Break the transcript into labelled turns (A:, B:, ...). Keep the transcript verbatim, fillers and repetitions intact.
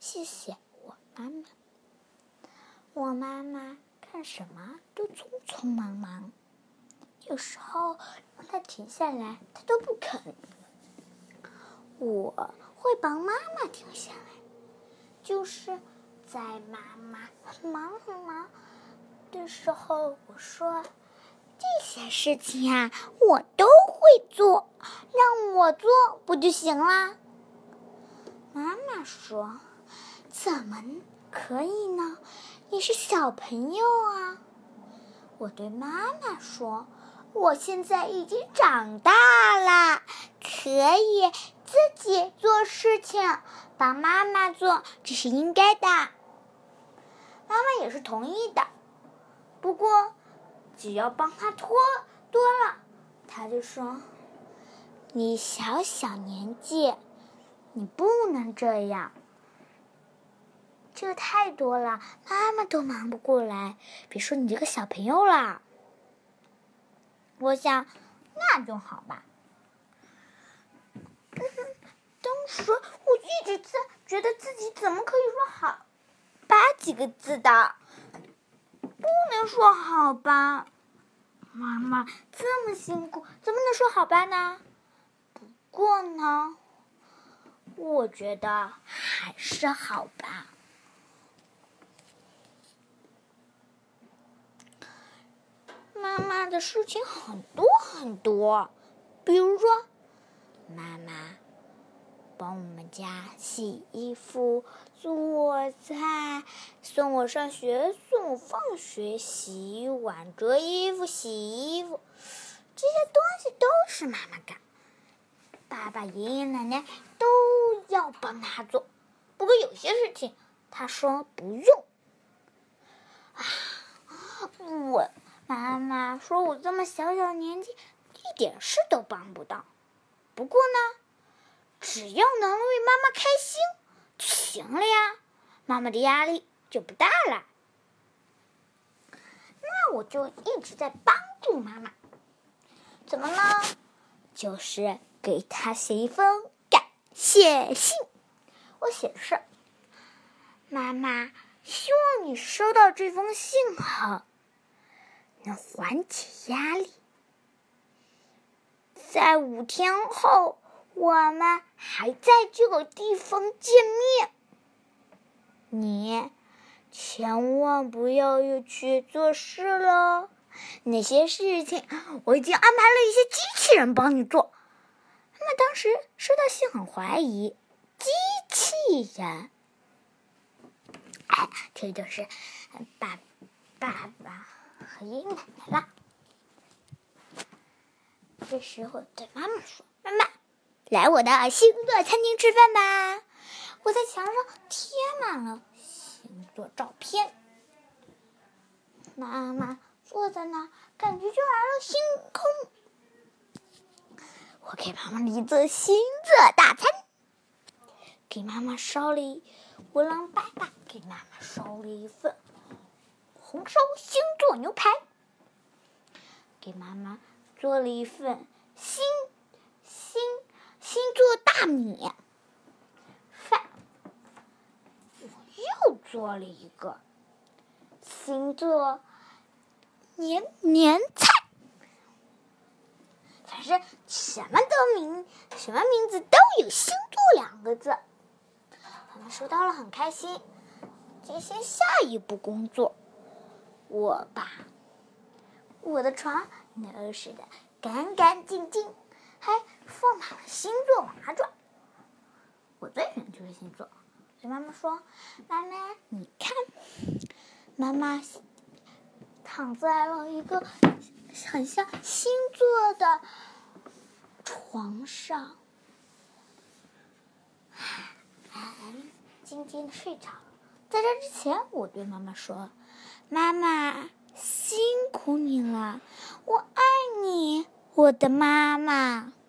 A: 谢谢我妈妈。我妈妈干什么都匆匆忙忙，有时候让她停下来，她都不肯。我会帮妈妈停下来，就是在妈妈很忙很忙的时候，我说这些事情呀，我都会做，让我做不就行了？妈妈说，怎么可以呢？你是小朋友啊。我对妈妈说，我现在已经长大了，可以自己做事情，帮妈妈做，这是应该的。妈妈也是同意的，不过只要帮她拖多了，她就说，你小小年纪，你不能这样，这个太多了，妈妈都忙不过来，别说你这个小朋友了。我想，那就好吧。嗯、当时我一直在觉得自己怎么可以说好吧几个字的，不能说好吧。妈妈这么辛苦，怎么能说好吧呢？不过呢，我觉得还是好吧。妈妈的事情很多很多，比如说，妈妈帮我们家洗衣服、做菜、送我上学、送我放学、洗碗、折衣服、洗衣服，这些东西都是妈妈干。爸爸、爷爷奶奶都要帮她做，不过有些事情她说不用。啊，我。妈妈说我这么小小年纪，一点事都帮不到。不过呢，只要能为妈妈开心就行了呀，妈妈的压力就不大了。那我就一直在帮助妈妈。怎么呢？就是给她写一封感谢信。我写的是，妈妈，希望你收到这封信后能缓解压力。在五天后，我们还在这个地方见面。你千万不要又去做事了，那些事情我已经安排了一些机器人帮你做。妈妈当时收到信很怀疑，机器人？哎，这就是爸爸爸和爷爷奶奶了。这时候对妈妈说，妈妈，来我的星座餐厅吃饭吧。我在墙上贴满了星座照片。妈妈坐在那，感觉就来了星空。我给妈妈了一顿星座大餐，给妈妈烧了一，我让爸爸给妈妈烧了一份红烧星座牛排，给妈妈做了一份星星星座大米饭，我又做了一个星座年年菜，反正什么都名什么名字都有星座两个字。他们收到了很开心。进行下一步工作，我把我的床收拾得干干净净，还放满了星座娃娃。我最喜欢就是星座。所以妈妈说，妈妈你看，妈妈躺在了一个很像星座的床上，安安静静的睡着了。在这之前，我对妈妈说，妈妈辛苦你了，我爱你，我的妈妈。